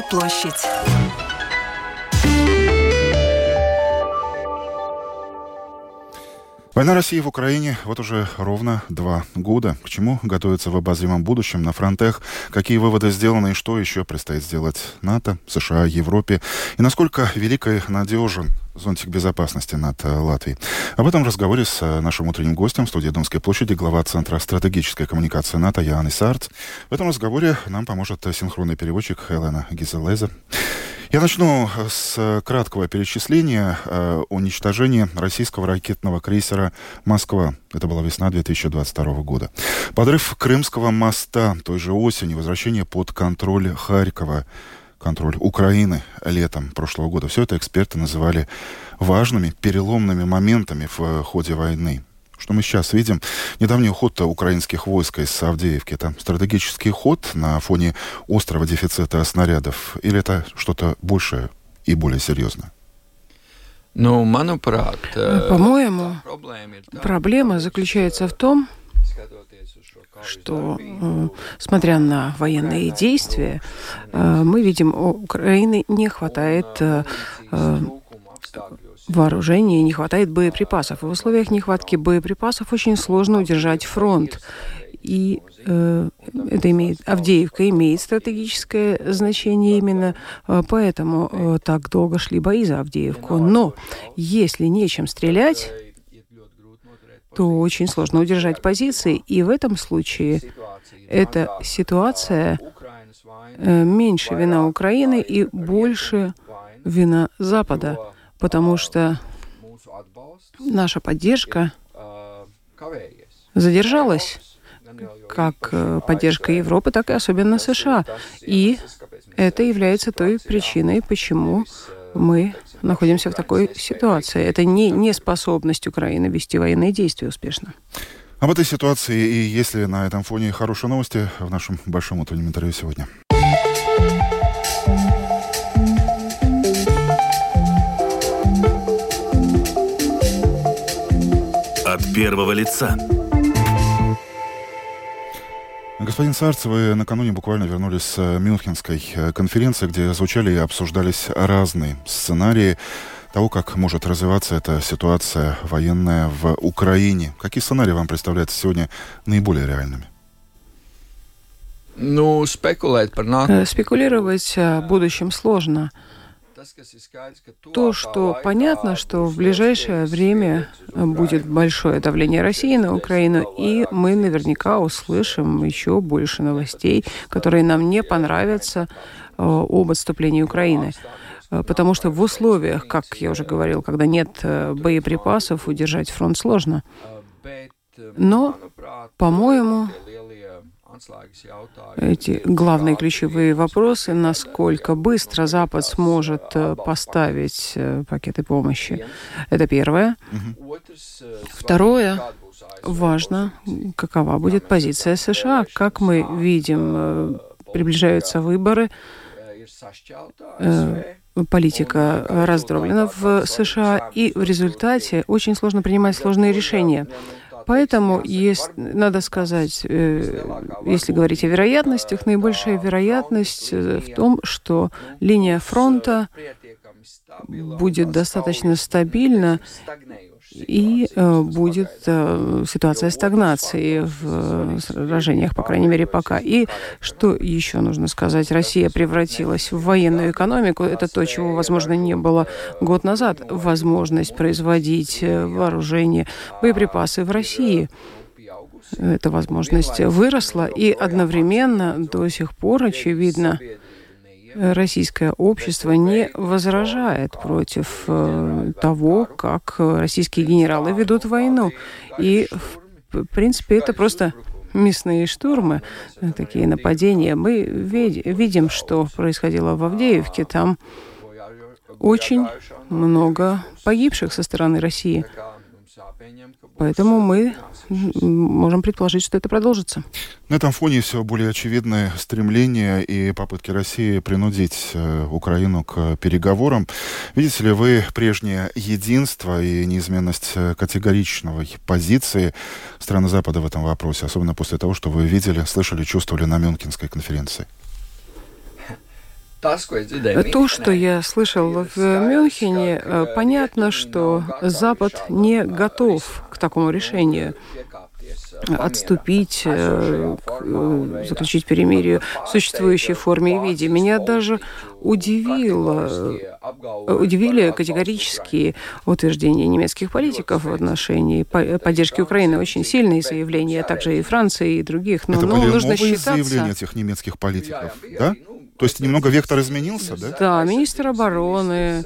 площадь. Война России в Украине вот уже ровно 2 года. К чему готовится в обозримом будущем на фронтах? Какие выводы сделаны и что еще предстоит сделать НАТО, США, Европе? И насколько велик и надежен зонтик безопасности над Латвией? Об этом в разговоре с нашим утренним гостем в студии Домской площади, глава Центра стратегической коммуникации НАТО Jānis Ārts. В этом разговоре нам поможет синхронный переводчик Елена Гизелезе. Я начну с краткого перечисления уничтожения российского ракетного крейсера «Москва». Это была весна 2022 года. Подрыв Крымского моста той же осенью, возвращение под контроль Харькова, контроль Украины летом прошлого года. Все это эксперты называли важными, переломными моментами в ходе войны. Что мы сейчас видим? Недавний уход украинских войск из Авдеевки. Это стратегический ход на фоне острого дефицита снарядов? Или это что-то большее и более серьезное? По-моему, проблема заключается в том, что, смотря на военные действия, мы видим, у Украины не хватает вооружения, не хватает боеприпасов. И в условиях нехватки боеприпасов очень сложно удержать фронт. И Авдеевка имеет стратегическое значение именно поэтому так долго шли бои за Авдеевку. Но если нечем стрелять, то очень сложно удержать позиции. И в этом случае эта ситуация меньше вина Украины и больше вина Запада. Потому что наша поддержка задержалась, как поддержка Европы, так и особенно США. И это является той причиной, почему мы находимся в такой ситуации. Это не неспособность Украины вести военные действия успешно. Об этой ситуации и есть ли на этом фоне хорошие новости в нашем большом утреннем интервью сегодня. От первого лица. Господин Аарts, вы накануне буквально вернулись с Мюнхенской конференции, где звучали и обсуждались разные сценарии того, как может развиваться эта ситуация военная в Украине. Какие сценарии вам представляются сегодня наиболее реальными? Спекулировать о будущем сложно. То, что понятно, что в ближайшее время будет большое давление России на Украину, и мы наверняка услышим еще больше новостей, которые нам не понравятся об отступлении Украины. Потому что в условиях, как я уже говорил, когда нет боеприпасов, удержать фронт сложно. Но, по-моему, эти главные ключевые вопросы, насколько быстро Запад сможет поставить пакеты помощи. Это первое. Второе. Важно, какова будет позиция США. Как мы видим, приближаются выборы. Политика раздроблена в США, и в результате очень сложно принимать сложные решения. Поэтому надо сказать, если говорить о вероятностях, наибольшая вероятность в том, что линия фронта будет достаточно стабильна и будет ситуация стагнации в сражениях, по крайней мере, пока. И что еще нужно сказать? Россия превратилась в военную экономику. Это то, чего, возможно, не было год назад. Возможность производить вооружение, боеприпасы в России. Эта возможность выросла, и одновременно до сих пор, очевидно, российское общество не возражает против того, как российские генералы ведут войну. И, в принципе, это просто мясные штурмы, такие нападения. Мы видим, что происходило в Авдеевке. Там очень много погибших со стороны России. Поэтому мы можем предположить, что это продолжится. На этом фоне все более очевидное стремление и попытки России принудить Украину к переговорам. Видите ли вы прежнее единство и неизменность категоричной позиции стран Запада в этом вопросе, особенно после того, что вы видели, слышали, чувствовали на Мюнхенской конференции? То, что я слышал в Мюнхене, понятно, что Запад не готов к такому решению отступить, заключить перемирие в существующей форме и виде. Меня даже удивили категорические утверждения немецких политиков в отношении поддержки Украины. Очень сильные заявления, также и Франции, и других. Но, это были новые заявления этих немецких политиков, да? То есть немного вектор изменился, да? Да, министр обороны,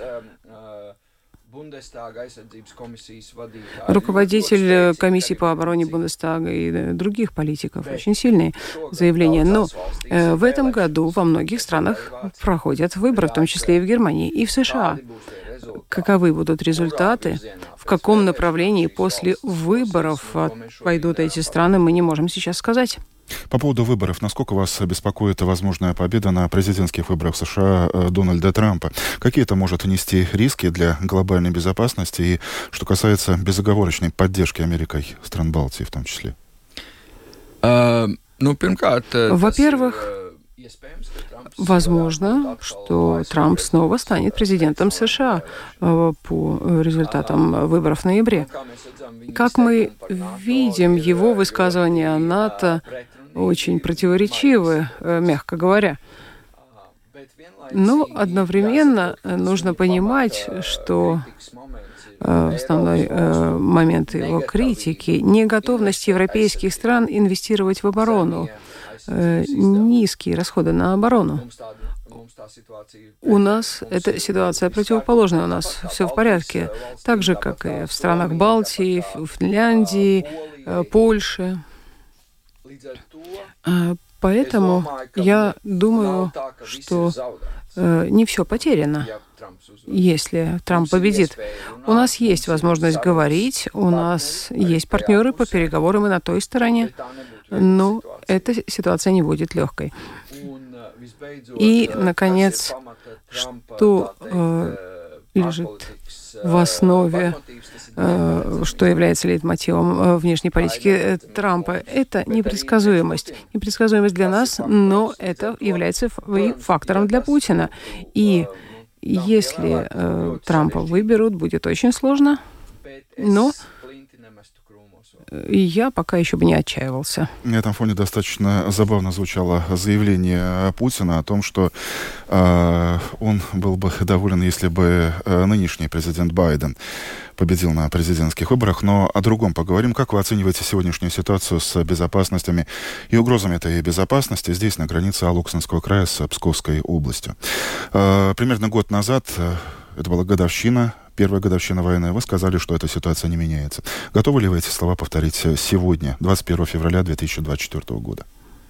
руководитель комиссии по обороне Бундестага и других политиков. Очень сильные заявления. Но в этом году во многих странах проходят выборы, в том числе и в Германии, и в США. Каковы будут результаты, в каком направлении после выборов пойдут эти страны, мы не можем сейчас сказать. По поводу выборов, насколько вас беспокоит возможная победа на президентских выборах в США Дональда Трампа? Какие это может нести риски для глобальной безопасности и, что касается безоговорочной поддержки Америкой стран Балтии в том числе? Во-первых, возможно, что Трамп снова станет президентом США по результатам выборов в ноябре. Как мы видим, его высказывания о НАТО очень противоречивы, мягко говоря. Но одновременно нужно понимать, что основной момент его критики – неготовность европейских стран инвестировать в оборону, низкие расходы на оборону. У нас эта ситуация противоположная, у нас все в порядке, так же, как и в странах Балтии, в Финляндии, Польше. Поэтому я думаю, что не все потеряно, если Трамп победит. У нас есть возможность говорить, у нас есть партнеры по переговорам и на той стороне, но эта ситуация не будет легкой. И, наконец, что лежит в основе, что является лейтмотивом внешней политики Трампа, это непредсказуемость. Непредсказуемость для нас, но это является и фактором для Путина. И если Трампа выберут, будет очень сложно, но я пока еще бы не отчаивался. На этом фоне достаточно забавно звучало заявление Путина о том, что он был бы доволен, если бы нынешний президент Байден победил на президентских выборах. Но о другом поговорим. Как вы оцениваете сегодняшнюю ситуацию с безопасностями и угрозами этой безопасности здесь, на границе Алуксанского края с Псковской областью? Примерно год назад, это была годовщина, первая годовщина войны, вы сказали, что эта ситуация не меняется. Готовы ли вы эти слова повторить сегодня, 21 февраля 2024 года?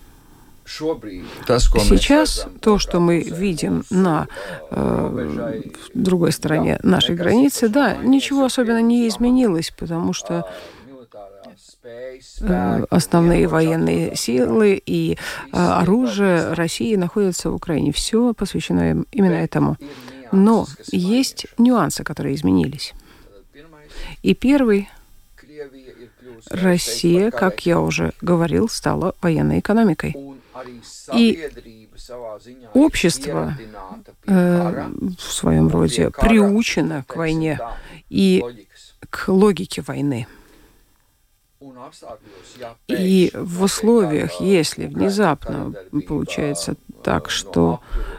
Сейчас то, что мы видим на другой стороне нашей границы, да, ничего особенно не изменилось, потому что основные военные силы и оружие России находятся в Украине. Все посвящено именно этому. Но есть нюансы, которые изменились. И первый – Россия, как я уже говорил, стала военной экономикой. И общество в своем роде приучено к войне и к логике войны. И в условиях, если внезапно получается так, что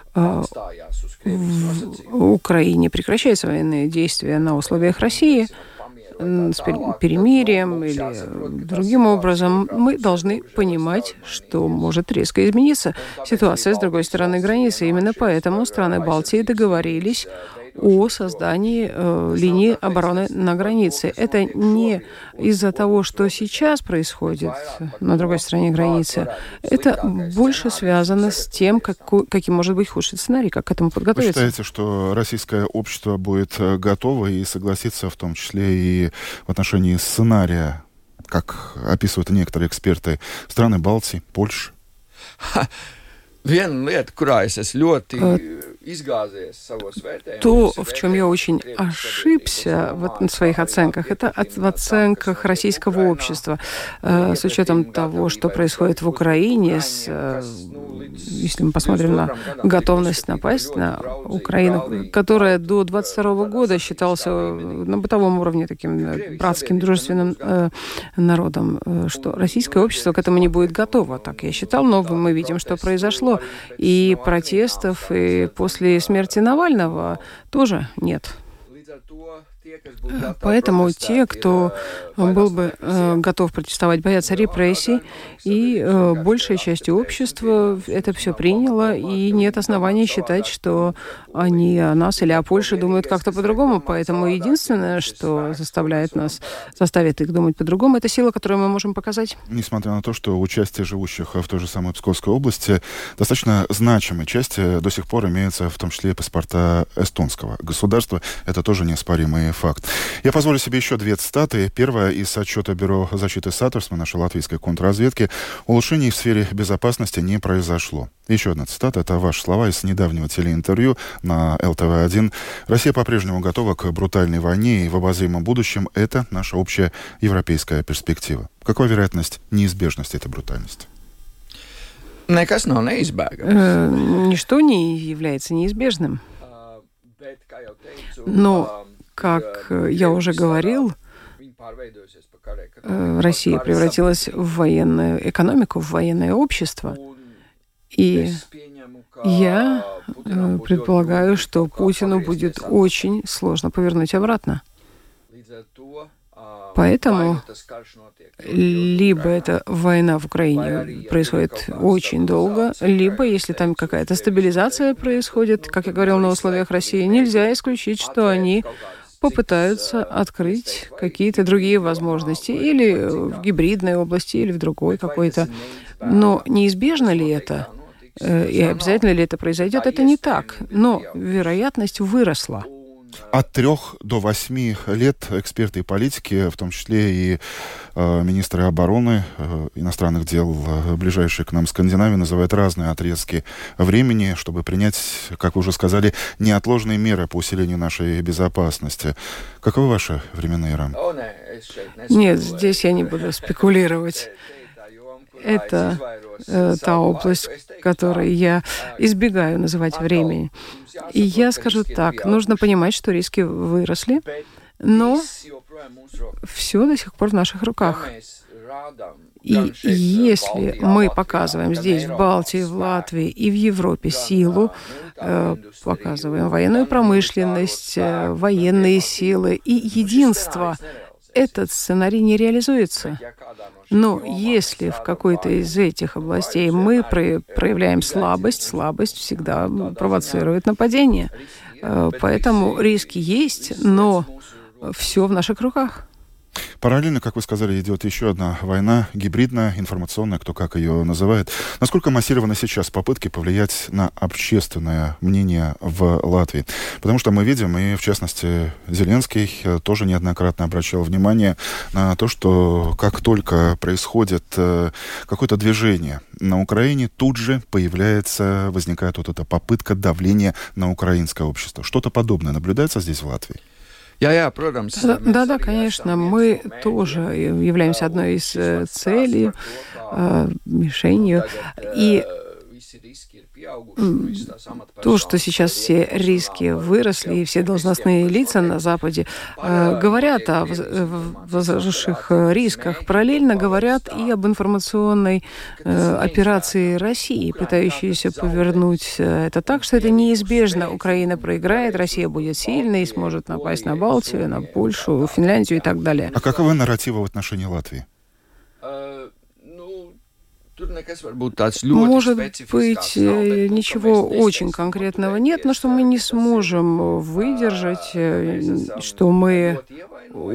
в Украине прекращаются военные действия на условиях России с перемирием или другим образом, мы должны понимать, что может резко измениться ситуация с другой стороны границы. Именно поэтому страны Балтии договорились о создании линии обороны на границе. Это не из-за того, что сейчас происходит на другой стороне границы. Это больше связано с тем, каким может быть худший сценарий, как к этому подготовиться. Вы считаете, что российское общество будет готово и согласится, в том числе и в отношении сценария, как описывают некоторые эксперты, страны Балтии, Польши? То, в чем я очень ошибся в своих оценках, это в оценках российского общества. С учетом того, что происходит в Украине, если мы посмотрим на готовность напасть на Украину, которая до 22 года считался на бытовом уровне таким братским, дружественным народом, что российское общество к этому не будет готово. Так я считал, но мы видим, что произошло. И протестов, и после смерти Навального тоже нет. Поэтому те, кто был бы готов протестовать, боятся репрессий, и большая часть общества это все приняла, и нет оснований считать, что они о нас или о Польше думают как-то по-другому. Поэтому единственное, что заставит их думать по-другому, это сила, которую мы можем показать. Несмотря на то, что участие живущих в той же самой Псковской области достаточно значимой части до сих пор имеется, в том числе и паспорта эстонского государства, это тоже неоспоримый факт. Я позволю себе еще две цитаты. Первая из отчета Бюро защиты Саторсма нашей латвийской контрразведки. Улучшений в сфере безопасности не произошло. Еще одна цитата. Это ваши слова из недавнего телеинтервью на ЛТВ-1. Россия по-прежнему готова к брутальной войне, и в обозримом будущем это наша общая европейская перспектива. Какова вероятность неизбежности этой брутальности? Ничто не является неизбежным. Но, как я уже говорил, Россия превратилась в военную экономику, в военное общество. И я предполагаю, что Путину будет очень сложно повернуть обратно. Поэтому либо эта война в Украине происходит очень долго, либо, если там какая-то стабилизация происходит, как я говорил, на условиях России, нельзя исключить, что они попытаются открыть какие-то другие возможности, или в гибридной области, или в другой какой-то. Но неизбежно ли это, и обязательно ли это произойдет, это не так. Но вероятность выросла. От 3 до 8 лет эксперты и политики, в том числе и министры обороны, иностранных дел, ближайшие к нам Скандинавии, называют разные отрезки времени, чтобы принять, как вы уже сказали, неотложные меры по усилению нашей безопасности. Каковы ваши временные рамки? Нет, здесь я не буду спекулировать. Это та область, в которой я избегаю называть времени. И я скажу так, нужно понимать, что риски выросли, но все до сих пор в наших руках. И если мы показываем здесь, в Балтии, в Латвии и в Европе силу, показываем военную промышленность, военные силы и единство, этот сценарий не реализуется. Но если в какой-то из этих областей мы проявляем слабость, слабость всегда провоцирует нападение. Поэтому риски есть, но все в наших руках. Параллельно, как вы сказали, идет еще одна война, гибридная, информационная, кто как ее называет. Насколько массированы сейчас попытки повлиять на общественное мнение в Латвии? Потому что мы видим, и в частности Зеленский тоже неоднократно обращал внимание на то, что как только происходит какое-то движение на Украине, тут же возникает вот эта попытка давления на украинское общество. Что-то подобное наблюдается здесь в Латвии? Да, конечно. Мы тоже являемся одной из целей, мишенью. И то, что сейчас все риски выросли, и все должностные лица на Западе говорят о возросших рисках, параллельно говорят и об информационной операции России, пытающейся повернуть это так, что это неизбежно. Украина проиграет, Россия будет сильной и сможет напасть на Балтию, на Польшу, Финляндию и так далее. А каковы нарративы в отношении Латвии? Может быть, ничего очень конкретного нет, но что мы не сможем выдержать, что мы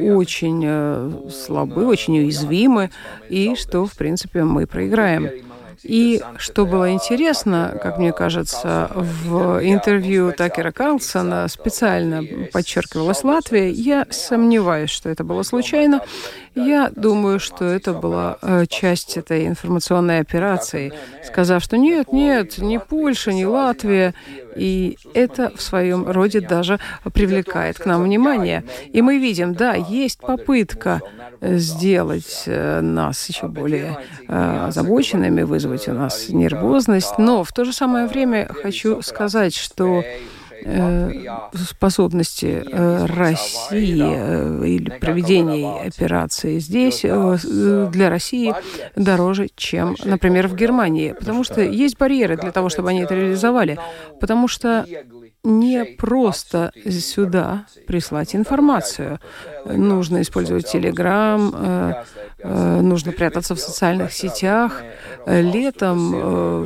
очень слабы, очень уязвимы, и что, в принципе, мы проиграем. И что было интересно, как мне кажется, в интервью Такера Карлсона специально подчеркивалась Латвия. Я сомневаюсь, что это было случайно. Я думаю, что это была часть этой информационной операции, сказав, что нет, ни Польша, ни Латвия. И это в своем роде даже привлекает к нам внимание. И мы видим, да, есть попытка сделать нас еще более озабоченными, вызвать у нас нервозность. Но в то же самое время хочу сказать, что способности России или проведения операции здесь для России дороже, чем, например, в Германии. Потому что есть барьеры для того, чтобы они это реализовали. Потому что не просто сюда прислать информацию. Нужно использовать Телеграм, нужно прятаться в социальных сетях. Летом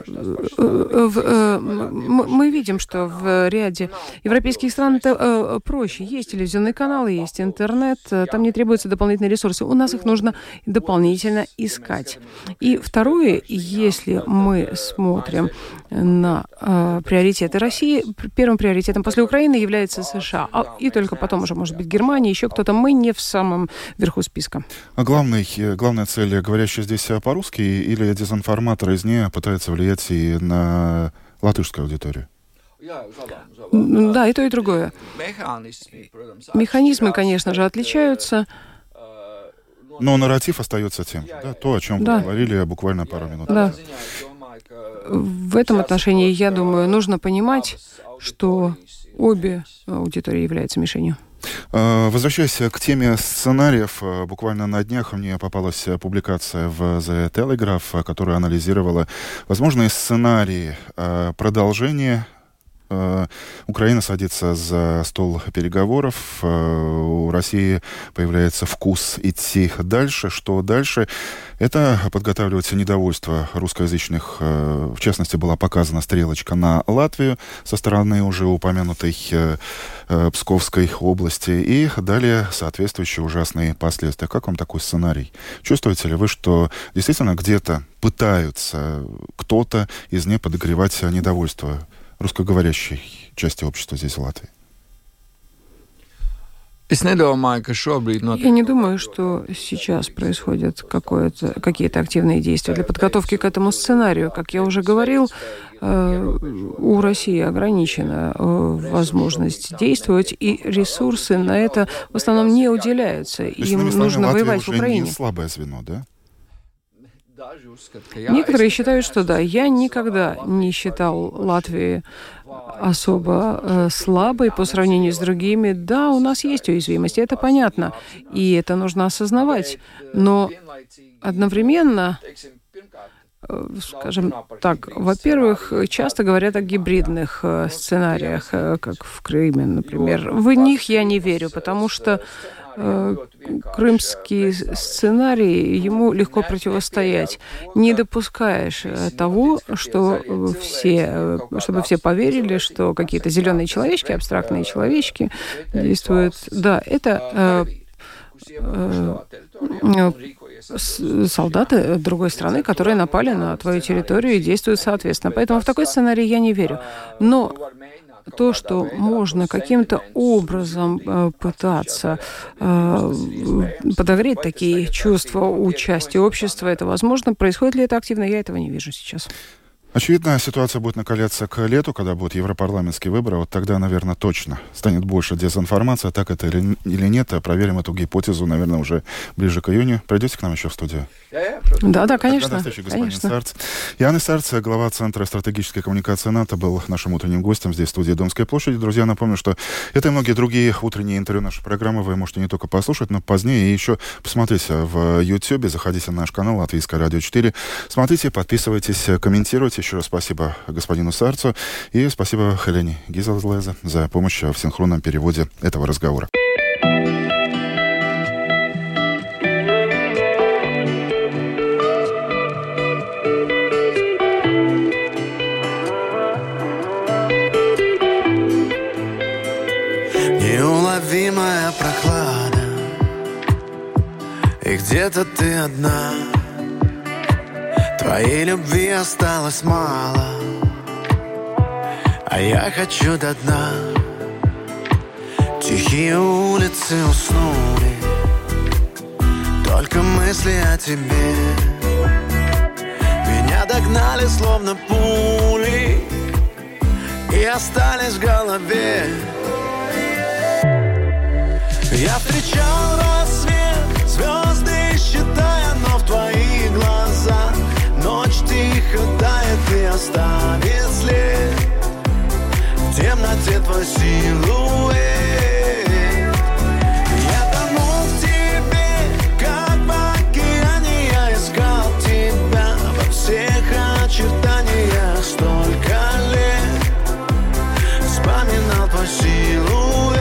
мы видим, что в ряде европейских стран это проще. Есть телевизионные каналы, есть интернет, там не требуются дополнительные ресурсы. У нас их нужно дополнительно искать. И второе, если мы смотрим на приоритеты России, первым приоритетом после Украины является США, и только потом уже, может быть, Германия, еще кто-то. Мы не в самом верху списка. А главная цель, говорящая здесь по-русски, или дезинформаторы из нее пытаются влиять и на латышскую аудиторию? Да, и то, и другое. Механизмы, конечно же, отличаются. Но нарратив остается тем же, да? То, о чем вы говорили буквально пару минут назад. В этом отношении, я думаю, нужно понимать, что обе аудитории являются мишенью. Возвращаясь к теме сценариев, буквально на днях мне попалась публикация в The Telegraph, которая анализировала возможные сценарии продолжения. Украина садится за стол переговоров, у России появляется вкус идти дальше. Что дальше? Это подготавливается недовольство русскоязычных. В частности, была показана стрелочка на Латвию со стороны уже упомянутой Псковской области. И далее соответствующие ужасные последствия. Как вам такой сценарий? Чувствуете ли вы, что действительно где-то пытаются кто-то из них подогревать недовольство русскоговорящей части общества здесь, в Латвии? Я не думаю, что сейчас происходят какие-то активные действия для подготовки к этому сценарию. Как я уже говорил, у России ограничена возможность действовать, и ресурсы на это в основном не уделяются. Им нужно воевать в Украине. Не слабое звено, да? Некоторые считают, что да. Я никогда не считал Латвию особо слабой по сравнению с другими. Да, у нас есть уязвимости, это понятно, и это нужно осознавать. Но одновременно, скажем так, во-первых, часто говорят о гибридных сценариях, как в Крыме, например. В них я не верю, потому что крымский сценарий, ему легко противостоять. Не допускаешь того, чтобы все поверили, что какие-то зеленые человечки, абстрактные человечки действуют. Да, это солдаты другой страны, которые напали на твою территорию и действуют соответственно. Поэтому в такой сценарий я не верю. Но то, что можно каким-то образом пытаться подогреть такие чувства у части общества, это возможно. Происходит ли это активно? Я этого не вижу сейчас. Очевидно, ситуация будет накаляться к лету, когда будут европарламентские выборы. Вот тогда, наверное, точно станет больше дезинформации. Так это или нет. Проверим эту гипотезу, наверное, уже ближе к июню. Придете к нам еще в студию? Да, конечно. До встречи, господин Сарц. Янис Сарц, глава Центра стратегической коммуникации НАТО, был нашим утренним гостем здесь, в студии Домской площади. Друзья, напомню, что это и многие другие утренние интервью нашей программы вы можете не только послушать, но позднее и еще посмотреть в YouTube. Заходите на наш канал Латвийское радио 4. Смотрите, подписывайтесь, комментируйте. Еще раз спасибо господину Сарцу и спасибо Хелене Гизелзлезе за помощь в синхронном переводе этого разговора. Неуловимая прохлада, и где-то ты одна. Твоей любви осталось мало, а я хочу до дна. Тихие улицы уснули, только мысли о тебе. Меня догнали словно пули и остались в голове. Я встречал рассвет, звезды считая, но в твоих глазах ночь тихо тает и оставит след. В темноте твой силуэт. Я тонул в тебе, как в океане. Я искал тебя во всех очертаниях. Столько лет вспоминал твой силуэт.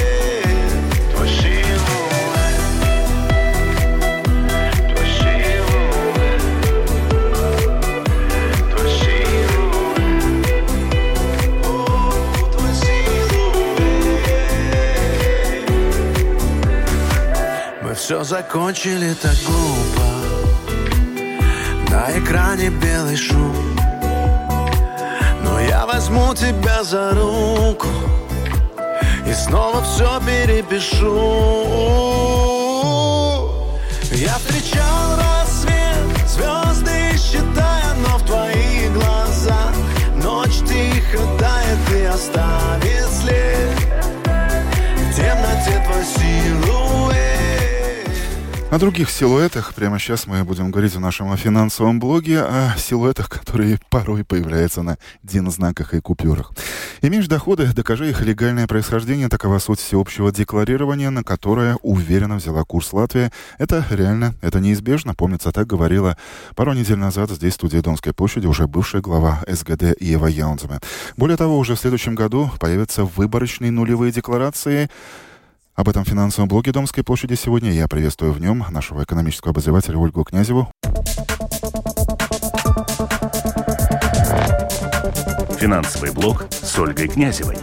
Все закончили так глупо. На экране белый шум, но я возьму тебя за руку и снова все перепишу. Я встречал рассвет, звезды считая, но в твоих глазах ночь тихо тает и оставит след. В темноте твой силуэт. О других силуэтах прямо сейчас мы будем говорить в нашем финансовом блоге, о силуэтах, которые порой появляются на динознаках и купюрах. Имеешь доходы, докажи их легальное происхождение. Такова суть всеобщего декларирования, на которое уверенно взяла курс Латвия. Это реально, это неизбежно. Помнится, так говорила пару недель назад здесь, в студии Домской площади, уже бывшая глава СГД Ева Яунземе. Более того, уже в следующем году появятся выборочные нулевые декларации. Об этом финансовом блоге Домской площади сегодня. Я приветствую в нем нашего экономического обозревателя Ольгу Князеву. Финансовый блог с Ольгой Князевой.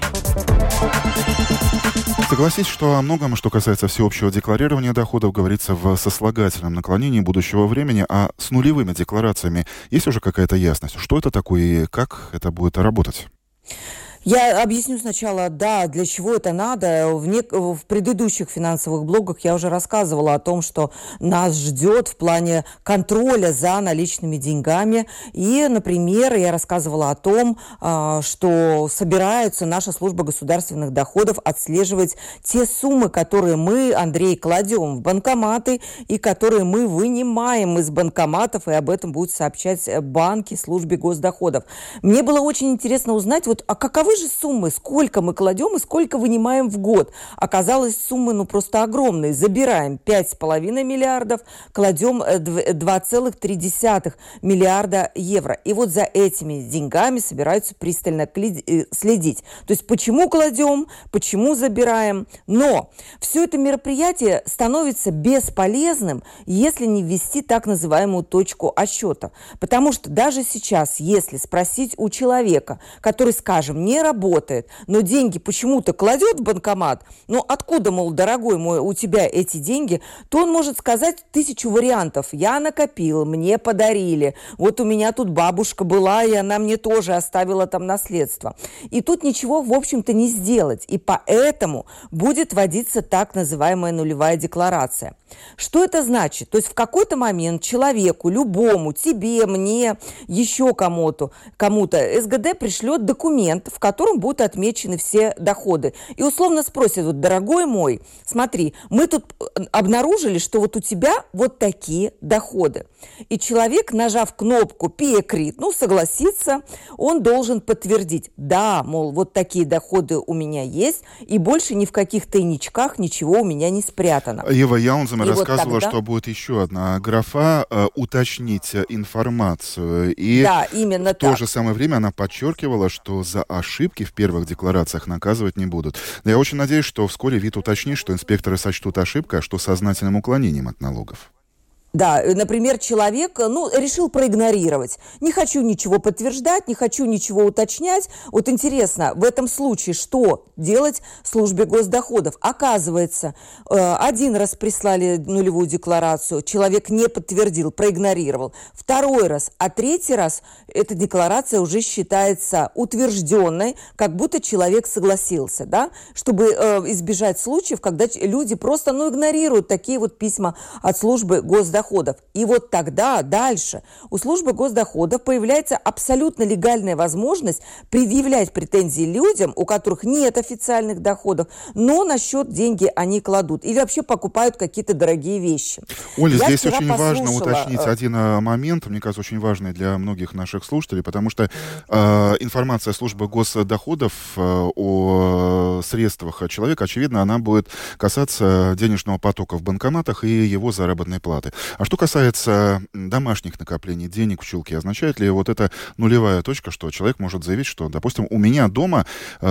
Согласись, что о многом, что касается всеобщего декларирования доходов, говорится в сослагательном наклонении будущего времени, а с нулевыми декларациями есть уже какая-то ясность? Что это такое и как это будет работать? Я объясню сначала, да, для чего это надо. В предыдущих финансовых блогах я уже рассказывала о том, что нас ждет в плане контроля за наличными деньгами. И, например, я рассказывала о том, что собирается наша служба государственных доходов отслеживать те суммы, которые мы, Андрей, кладем в банкоматы и которые мы вынимаем из банкоматов, и об этом будут сообщать банки службе госдоходов. Мне было очень интересно узнать, а каковы же суммы, сколько мы кладем и сколько вынимаем в год. Оказалось, суммы просто огромные. Забираем 5,5 миллиардов, кладем 2,3 миллиарда евро. И вот за этими деньгами собираются пристально следить. То есть почему кладем, почему забираем. Но все это мероприятие становится бесполезным, если не ввести так называемую точку отсчета. Потому что даже сейчас, если спросить у человека, который, скажем, не работает, но деньги почему-то кладет в банкомат, откуда, мол, дорогой мой, у тебя эти деньги, то он может сказать 1000 вариантов. Я накопил, мне подарили, вот у меня тут бабушка была, и она мне тоже оставила там наследство. И тут ничего, в общем-то, не сделать. И поэтому будет вводиться так называемая нулевая декларация. Что это значит? То есть в какой-то момент человеку, любому, тебе, мне, еще кому-то СГД пришлет документ, в котором будут отмечены все доходы. И условно спросят, дорогой мой, смотри, мы тут обнаружили, что вот у тебя вот такие доходы. И человек, нажав кнопку «Перекрит», согласится, он должен подтвердить, да, мол, вот такие доходы у меня есть, и больше ни в каких тайничках ничего у меня не спрятано. Ева Яунземе рассказывала, что будет еще одна графа «Уточнить информацию». И да, именно в то же самое время она подчеркивала, что за ошибки в первых декларациях наказывать не будут. Я очень надеюсь, что вскоре ВИД уточнит, что инспекторы сочтут ошибкой, а что сознательным уклонением от налогов. Да, например, человек, решил проигнорировать. Не хочу ничего подтверждать, не хочу ничего уточнять. Вот интересно, в этом случае что делать службе госдоходов? Оказывается, один раз прислали нулевую декларацию, человек не подтвердил, проигнорировал. Второй раз, а третий раз эта декларация уже считается утвержденной, как будто человек согласился, да? Чтобы избежать случаев, когда люди просто игнорируют такие вот письма от службы госдоходов. И вот тогда дальше у службы госдоходов появляется абсолютно легальная возможность предъявлять претензии людям, у которых нет официальных доходов, но на счет деньги они кладут или вообще покупают какие-то дорогие вещи. Оля, здесь очень важно уточнить один момент, мне кажется, очень важный для многих наших слушателей, потому что информация службы госдоходов о средствах человека, очевидно, она будет касаться денежного потока в банкоматах и его заработной платы. А что касается домашних накоплений денег в чулке, означает ли вот эта нулевая точка, что человек может заявить, что, допустим, у меня дома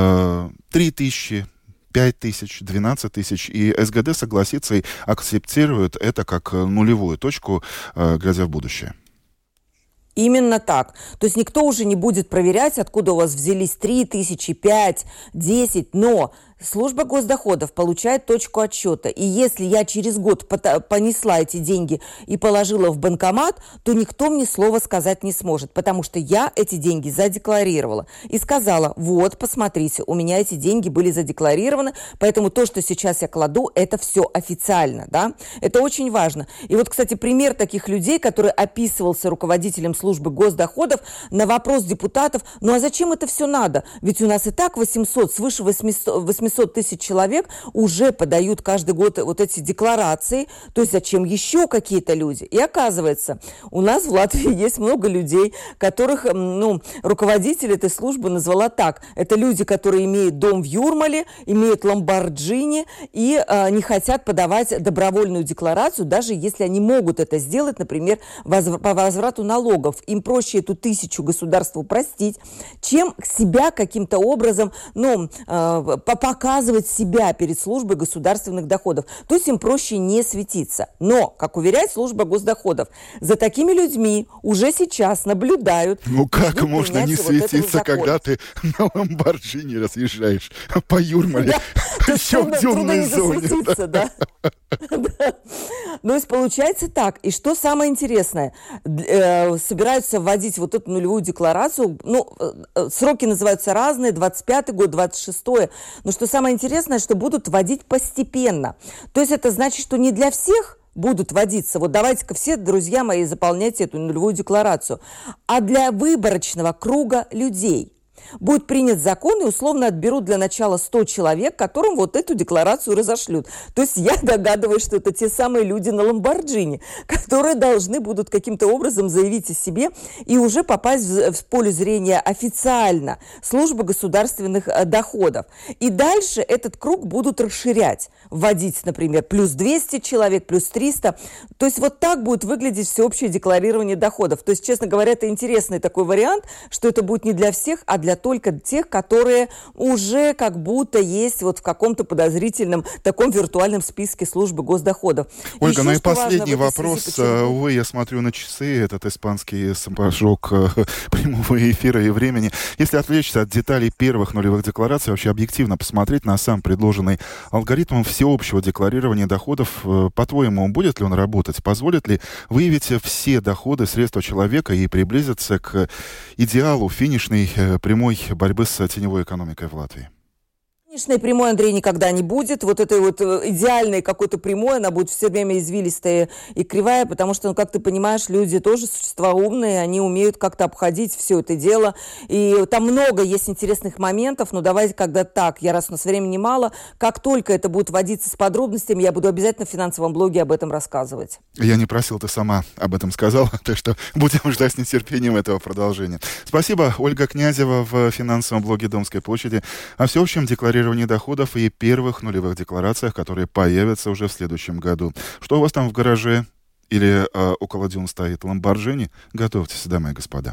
3 тысячи, 5 тысяч, 12 тысяч, и СГД согласится и акцептирует это как нулевую точку, глядя в будущее? Именно так. То есть никто уже не будет проверять, откуда у вас взялись 3 тысячи, 5, 10, но служба госдоходов получает точку отсчета. И если я через год понесла эти деньги и положила в банкомат, то никто мне слова сказать не сможет, потому что я эти деньги задекларировала. И сказала, вот, посмотрите, у меня эти деньги были задекларированы, поэтому то, что сейчас я кладу, это все официально, да? Это очень важно. И вот, кстати, пример таких людей, который описывался руководителем службы госдоходов на вопрос депутатов, а зачем это все надо? Ведь у нас и так свыше 800 тысяч человек уже подают каждый год вот эти декларации, то есть зачем еще какие-то люди? И оказывается, у нас в Латвии есть много людей, которых, руководитель этой службы назвала так. Это люди, которые имеют дом в Юрмале, имеют ламборджини и не хотят подавать добровольную декларацию, даже если они могут это сделать, например, по возврату налогов. Им проще эту 1000 государству простить, чем себя каким-то образом, показывать себя перед службой государственных доходов. То есть им проще не светиться. Но, как уверяет служба госдоходов, за такими людьми уже сейчас наблюдают. Как можно не светиться, когда ты на ламборджини разъезжаешь по Юрмале? Еще в темной зоне. То есть получается так. И что самое интересное, собираются вводить вот эту нулевую декларацию. Сроки называются разные, 25-й год, 26-й. Но что самое интересное, что будут вводить постепенно. То есть это значит, что не для всех будут вводиться. Вот давайте-ка все, друзья мои, заполняйте эту нулевую декларацию. А для выборочного круга людей будет принят закон, и условно отберут для начала 100 человек, которым вот эту декларацию разошлют. То есть я догадываюсь, что это те самые люди на ламборджини, которые должны будут каким-то образом заявить о себе и уже попасть в поле зрения официально службы государственных доходов. И дальше этот круг будут расширять, вводить, например, плюс 200 человек, плюс 300. То есть вот так будет выглядеть всеобщее декларирование доходов. То есть, честно говоря, это интересный такой вариант, что это будет не для всех, а для только тех, которые уже как будто есть вот в каком-то подозрительном таком виртуальном списке службы госдоходов. Ольга, и последний вопрос. Увы, я смотрю на часы, этот испанский сапожок прямого эфира и времени. Если отвлечься от деталей первых нулевых деклараций, вообще объективно посмотреть на сам предложенный алгоритм всеобщего декларирования доходов, по-твоему, будет ли он работать? Позволит ли выявить все доходы, средства человека и приблизиться к идеалу финишной прямой борьбы с теневой экономикой в Латвии? Финишной прямой, Андрей, никогда не будет. Вот этой вот идеальной какой-то прямой, она будет все время извилистая и кривая, потому что, как ты понимаешь, люди тоже существа умные, они умеют как-то обходить все это дело. И там много есть интересных моментов, но давайте когда так, раз у нас времени мало, как только это будет вводиться с подробностями, я буду обязательно в финансовом блоге об этом рассказывать. Я не просил, ты сама об этом сказала, так что будем ждать с нетерпением этого продолжения. Спасибо. Ольга Князева в финансовом блоге Домской площади о всеобщем декларировании доходов и первых нулевых декларациях, которые появятся уже в следующем году. Что у вас там в гараже или около дюн стоит ламборджини? Готовьтесь, дамы и господа.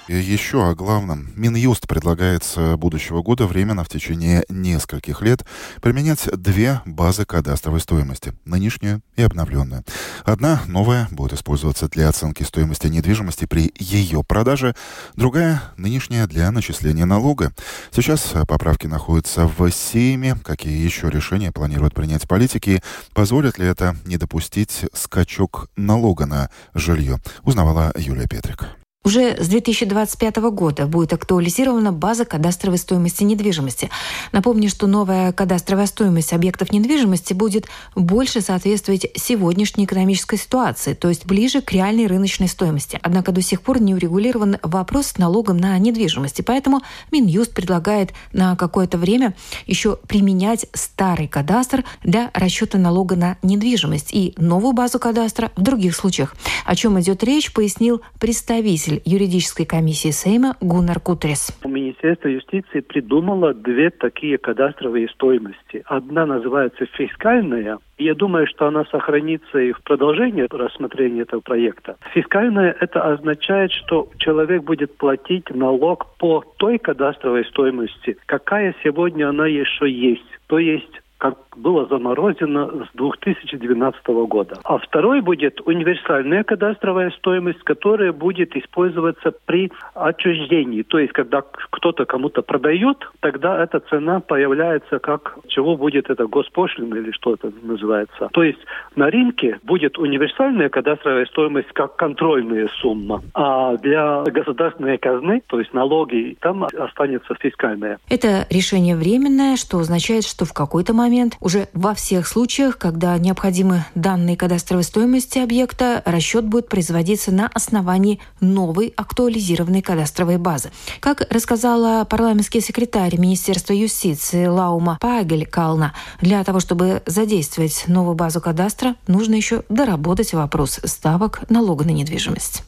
И еще о главном. Минюст предлагает с будущего года временно в течение нескольких лет применять две базы кадастровой стоимости. Нынешнюю и обновленную. Одна, новая, будет использоваться для оценки стоимости недвижимости при ее продаже. Другая, нынешняя, для начисления налога. Сейчас поправки находятся в Сейме. Какие еще решения планируют принять политики? Позволит ли это не допустить скачок налога на жилье? Узнавала Юлия Петрик. Уже с 2025 года будет актуализирована база кадастровой стоимости недвижимости. Напомню, что новая кадастровая стоимость объектов недвижимости будет больше соответствовать сегодняшней экономической ситуации, то есть ближе к реальной рыночной стоимости. Однако до сих пор не урегулирован вопрос с налогом на недвижимость. И поэтому Минюст предлагает на какое-то время еще применять старый кадастр для расчета налога на недвижимость и новую базу кадастра в других случаях. О чем идет речь, пояснил представитель юридической комиссии Сейма Гуннар Кутрис. Министерство юстиции придумало две такие кадастровые стоимости. Одна называется фискальная, и я думаю, что она сохранится и в продолжении рассмотрения этого проекта. Фискальная – это означает, что человек будет платить налог по той кадастровой стоимости, какая сегодня она еще есть. То есть как было заморожено с 2012 года. А второй будет универсальная кадастровая стоимость, которая будет использоваться при отчуждении. То есть, когда кто-то кому-то продает, тогда эта цена появляется как, чего будет это, госпошлина или что это называется. То есть, на рынке будет универсальная кадастровая стоимость как контрольная сумма, а для государственной казны, то есть налоги, там останется фискальная. Это решение временное, что означает, что в какой-то момент уже во всех случаях, когда необходимы данные кадастровой стоимости объекта, расчет будет производиться на основании новой актуализированной кадастровой базы. Как рассказала парламентский секретарь Министерства юстиции Лаума Пагель-Кална, для того, чтобы задействовать новую базу кадастра, нужно еще доработать вопрос ставок налога на недвижимость.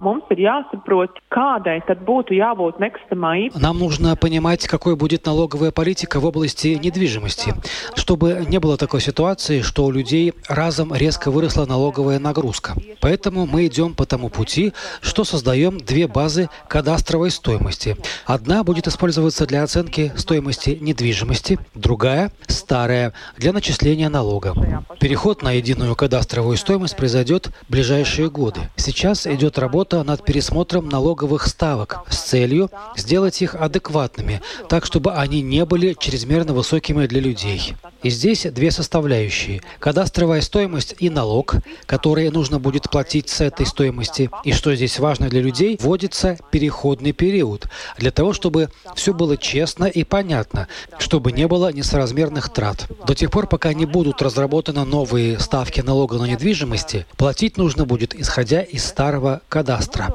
Нам нужно понимать, какой будет налоговая политика в области недвижимости, чтобы не было такой ситуации, что у людей разом резко выросла налоговая нагрузка. Поэтому мы идем по тому пути, что создаем две базы кадастровой стоимости. Одна будет использоваться для оценки стоимости недвижимости, другая, старая, для начисления налога. Переход на единую кадастровую стоимость произойдет в ближайшие годы. Сейчас идет работа над пересмотром налоговых ставок с целью сделать их адекватными, так, чтобы они не были чрезмерно высокими для людей. И здесь две составляющие. Кадастровая стоимость и налог, который нужно будет платить с этой стоимости. И что здесь важно для людей, вводится переходный период, для того, чтобы все было честно и понятно, чтобы не было несоразмерных трат. До тех пор, пока не будут разработаны новые ставки налога на недвижимости, платить нужно будет, исходя из старого кадастра.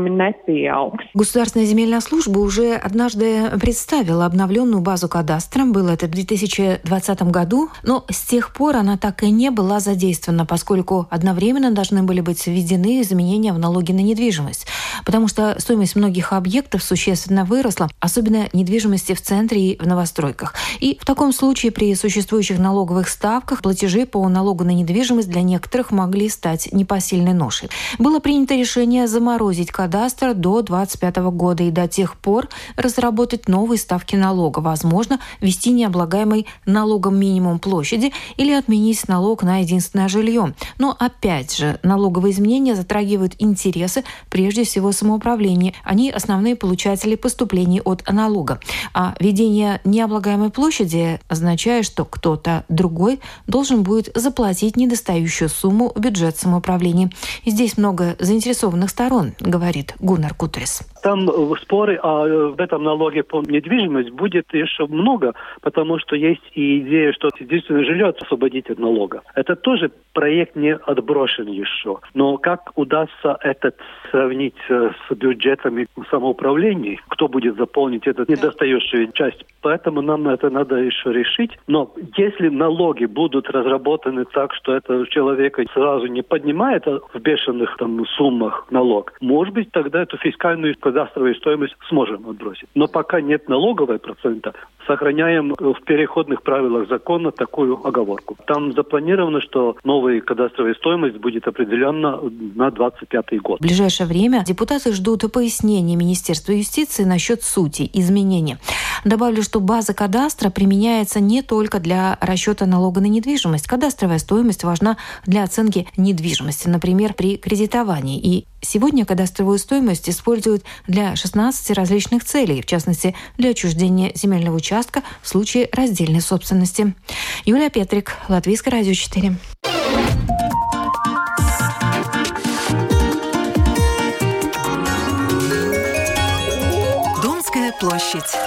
Государственная земельная служба уже однажды представила обновленную базу кадастра. Было это в 2020 году, но с тех пор она так и не была задействована, поскольку одновременно должны были быть введены изменения в налоге на недвижимость. Потому что стоимость многих объектов существенно выросла, особенно недвижимости в центре и в новостройках. И в таком случае при существующих налоговых ставках платежи по налогу на недвижимость для некоторых могли стать непосильной ношей. Было принято решение заморозить кадастр до 2025 года и до тех пор разработать новые ставки налога. Возможно, ввести необлагаемый налогом минимум площади или отменить налог на единственное жилье. Но опять же, налоговые изменения затрагивают интересы прежде всего самоуправления. Они основные получатели поступлений от налога. А введение необлагаемой площади означает, что кто-то другой должен будет заплатить недостающую сумму в бюджет самоуправления. И здесь много заинтересованных сторон, говорит Гуннар Кутрис. Там споры о этом налоге по недвижимости будет еще много, потому что есть и идея, что единственное жилье освободить от налога. Это тоже проект не отброшен еще. Но как удастся это сравнить с бюджетами самоуправления, кто будет заполнить эту недостающую часть? Поэтому нам это надо еще решить. Но если налоги будут разработаны так, что это человека сразу не поднимает в бешеных суммах налог, может быть, тогда эту фискальную кадастровую кадастровую стоимость сможем отбросить. Но пока нет налогового процента, сохраняем в переходных правилах закона такую оговорку. Там запланировано, что новая кадастровая стоимость будет определена на 2025 год. В ближайшее время депутаты ждут пояснений Министерства юстиции насчет сути изменений. Добавлю, что база кадастра применяется не только для расчета налога на недвижимость. Кадастровая стоимость важна для оценки недвижимости, например, при кредитовании. И сегодня кадастровую стоимость используют для 16 различных целей, в частности, для отчуждения земельного участка в случае раздельной собственности. Юлия Петрик, Латвийское радио 4. Домская площадь.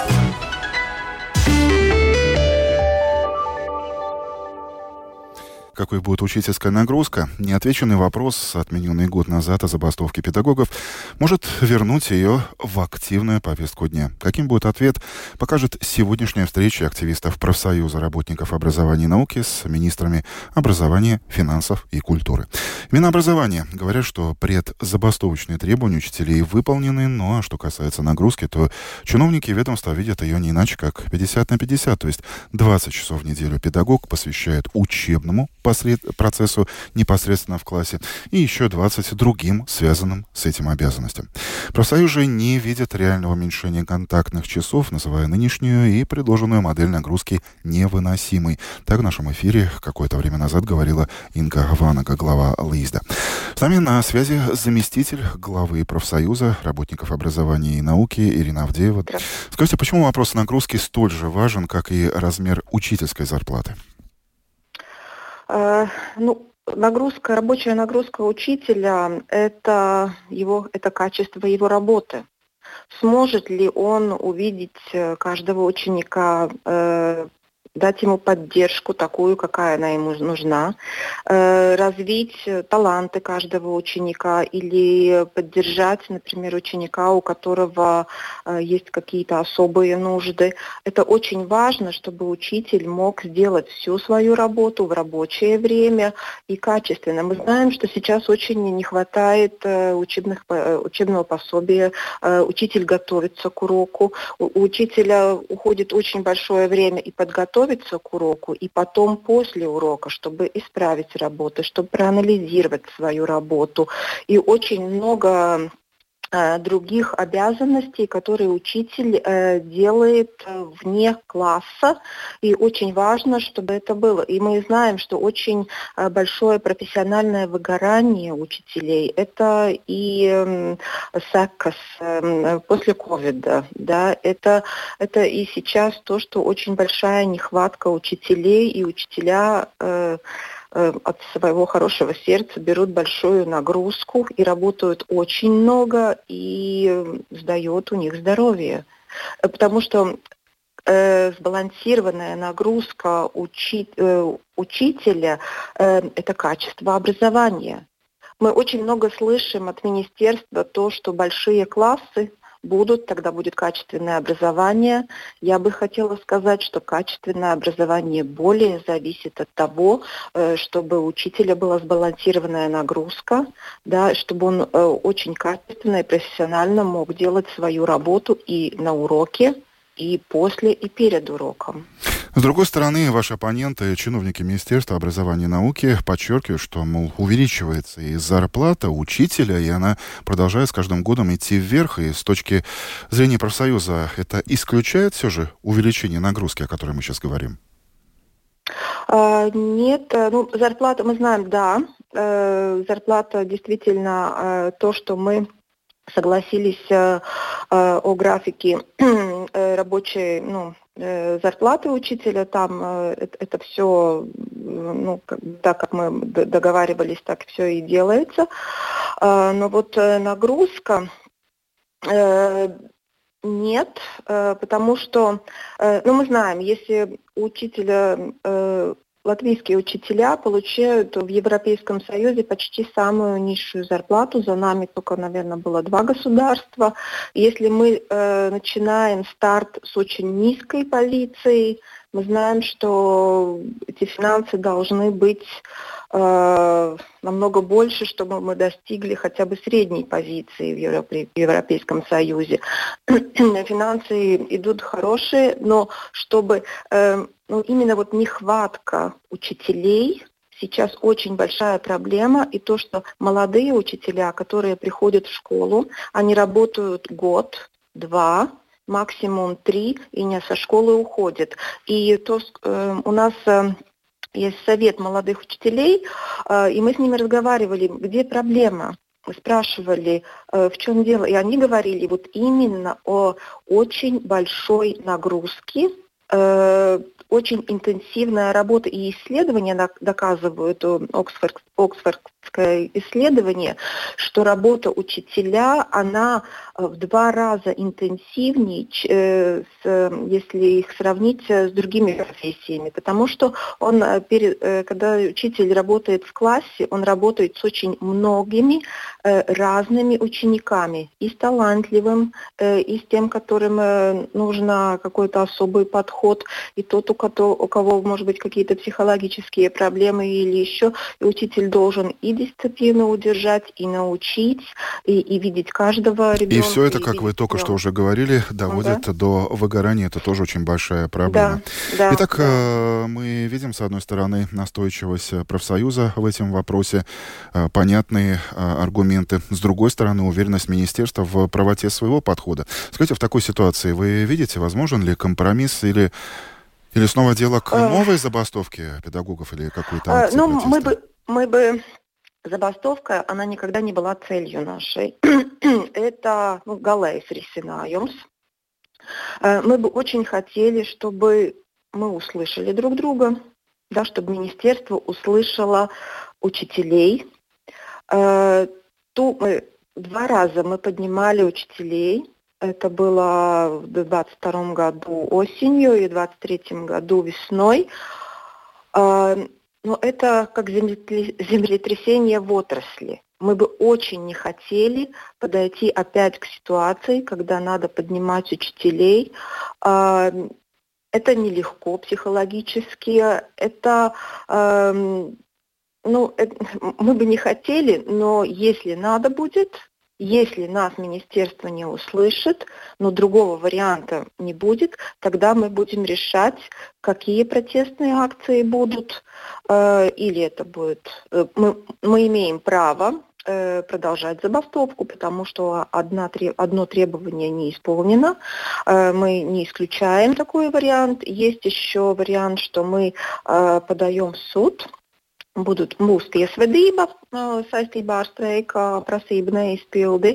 Какой будет учительская нагрузка? Неотвеченный вопрос, отмененный год назад о забастовке педагогов, может вернуть ее в активную повестку дня. Каким будет ответ, покажет сегодняшняя встреча активистов профсоюза работников образования и науки с министрами образования, финансов и культуры. Минобразование говорят, что предзабастовочные требования учителей выполнены, ну а что касается нагрузки, то чиновники ведомства видят ее не иначе, как 50/50, то есть 20 часов в неделю педагог посвящает учебному процессу непосредственно в классе и еще 20 другим, связанным с этим обязанностям. Профсоюзы не видят реального уменьшения контактных часов, называя нынешнюю и предложенную модель нагрузки невыносимой. Так в нашем эфире какое-то время назад говорила Инга Ванага, глава ЛИИСДа. С нами на связи заместитель главы профсоюза работников образования и науки Ирина Авдеева. Скажите, почему вопрос нагрузки столь же важен, как и размер учительской зарплаты? Рабочая нагрузка учителя – это качество его работы. Сможет ли он увидеть каждого ученика, дать ему поддержку такую, какая она ему нужна, развить таланты каждого ученика или поддержать, например, ученика, у которого есть какие-то особые нужды. Это очень важно, чтобы учитель мог сделать всю свою работу в рабочее время и качественно. Мы знаем, что сейчас очень не хватает учебного пособия, учитель готовится к уроку, у учителя уходит очень большое время и подготовиться к уроку, и потом после урока, чтобы исправить работу, чтобы проанализировать свою работу. И очень много других обязанностей, которые учитель делает вне класса, и очень важно, чтобы это было. И мы знаем, что очень большое профессиональное выгорание учителей, это и САКС после ковида, да, это и сейчас то, что очень большая нехватка учителей, и учителя от своего хорошего сердца берут большую нагрузку и работают очень много, и сдает у них здоровье. Потому что сбалансированная нагрузка учителя это качество образования. Мы очень много слышим от министерства то, что большие классы тогда будет качественное образование. Я бы хотела сказать, что качественное образование более зависит от того, чтобы у учителя была сбалансированная нагрузка, да, чтобы он очень качественно и профессионально мог делать свою работу и на уроке, и после, и перед уроком. С другой стороны, ваши оппоненты, чиновники Министерства образования и науки, подчеркивают, что, мол, увеличивается и зарплата учителя, и она продолжает с каждым годом идти вверх. И с точки зрения профсоюза это исключает все же увеличение нагрузки, о которой мы сейчас говорим? Нет, зарплата, мы знаем, да, зарплата действительно то, что мы согласились о графике рабочей, зарплаты учителя, там это все, так как мы договаривались, так все и делается. Но вот нагрузка нет, потому что, мы знаем, если у учителя латвийские учителя получают в Европейском Союзе почти самую низшую зарплату. За нами только, наверное, было 2 государства. Если мы начинаем старт с очень низкой позиции, мы знаем, что эти финансы должны быть намного больше, чтобы мы достигли хотя бы средней позиции в Европейском Союзе. Финансы идут хорошие, но чтобы именно вот нехватка учителей сейчас очень большая проблема, и то, что молодые учителя, которые приходят в школу, они работают год, 2, максимум 3, и не со школы уходят. И то у нас есть совет молодых учителей, и мы с ними разговаривали, где проблема. Мы спрашивали, в чем дело. И они говорили вот именно о очень большой нагрузке, очень интенсивная работа, и исследования доказывают, Оксфордское исследование, что работа учителя, она в 2 раза интенсивнее, если их сравнить с другими профессиями, потому что когда учитель работает в классе, он работает с очень многими разными учениками, и с талантливым, и с тем, которым нужно какой-то особый подход, и тот, у кого, может быть, какие-то психологические проблемы или еще, и учитель должен и дисциплину удержать, и научить, и видеть каждого ребенка. И все это, как вы только что уже говорили, доводит до выгорания. Это тоже очень большая проблема. Да, Итак, мы видим, с одной стороны, настойчивость профсоюза в этом вопросе, понятные аргументы. С другой стороны, уверенность министерства в правоте своего подхода. Скажите, в такой ситуации вы видите, возможен ли компромисс или снова дело к новой забастовке педагогов или какой-то акции протеста? Забастовка, она никогда не была целью нашей. Это galējs risinājums. Мы бы очень хотели, чтобы мы услышали друг друга, да, чтобы министерство услышало учителей. 2 раза мы поднимали учителей. Это было в 2022 году осенью и в 2023 году весной. Но это как землетрясение в отрасли. Мы бы очень не хотели подойти опять к ситуации, когда надо поднимать учителей. Это нелегко психологически. Мы бы не хотели, но если надо будет, если нас министерство не услышит, но другого варианта не будет, тогда мы будем решать, какие протестные акции будут, или это будет... Мы имеем право продолжать забастовку, потому что одно требование не исполнено. Мы не исключаем такой вариант. Есть еще вариант, что мы подаем в суд. Будут mūsu tiesvedība saistībā ar streika prasību neizpildi,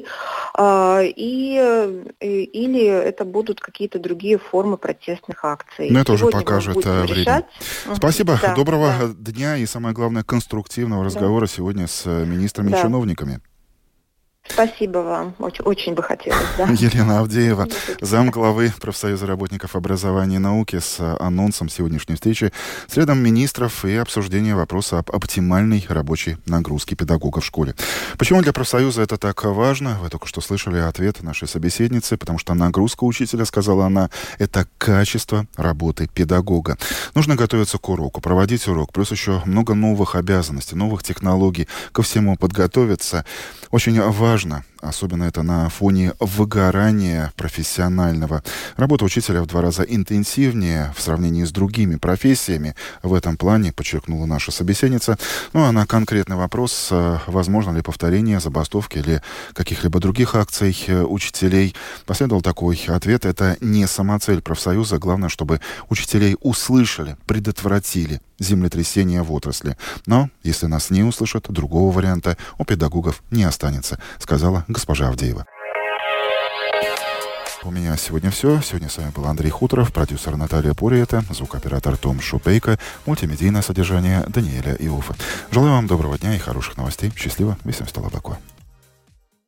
или это будут какие-то другие формы протестных акций. Но это уже покажет время. Спасибо, доброго дня и, самое главное, конструктивного разговора сегодня с министрами и чиновниками. Спасибо вам. Очень бы хотелось. Да. Елена Авдеева, замглавы профсоюза работников образования и науки, с анонсом сегодняшней встречи с рядом министров и обсуждения вопроса об оптимальной рабочей нагрузке педагога в школе. Почему для профсоюза это так важно? Вы только что слышали ответ нашей собеседницы, потому что нагрузка учителя, сказала она, это качество работы педагога. Нужно готовиться к уроку, проводить урок, плюс еще много новых обязанностей, новых технологий, ко всему подготовиться. Очень важно, особенно это на фоне выгорания профессионального. Работа учителя в 2 раза интенсивнее в сравнении с другими профессиями. В этом плане, подчеркнула наша собеседница. А на конкретный вопрос, возможно ли повторение забастовки или каких-либо других акций учителей, последовал такой ответ. Это не самоцель профсоюза. Главное, чтобы учителей услышали, предотвратили землетрясение в отрасли. Но, если нас не услышат, другого варианта у педагогов не останется, сказала госпожа Авдеева. У меня сегодня все. Сегодня с вами был Андрей Хуторов, продюсер Наталья Пуриета, звукооператор Том Шупейко, мультимедийное содержание Даниэля Иоффе. Желаю вам доброго дня и хороших новостей. Счастливо. Весем стало баку.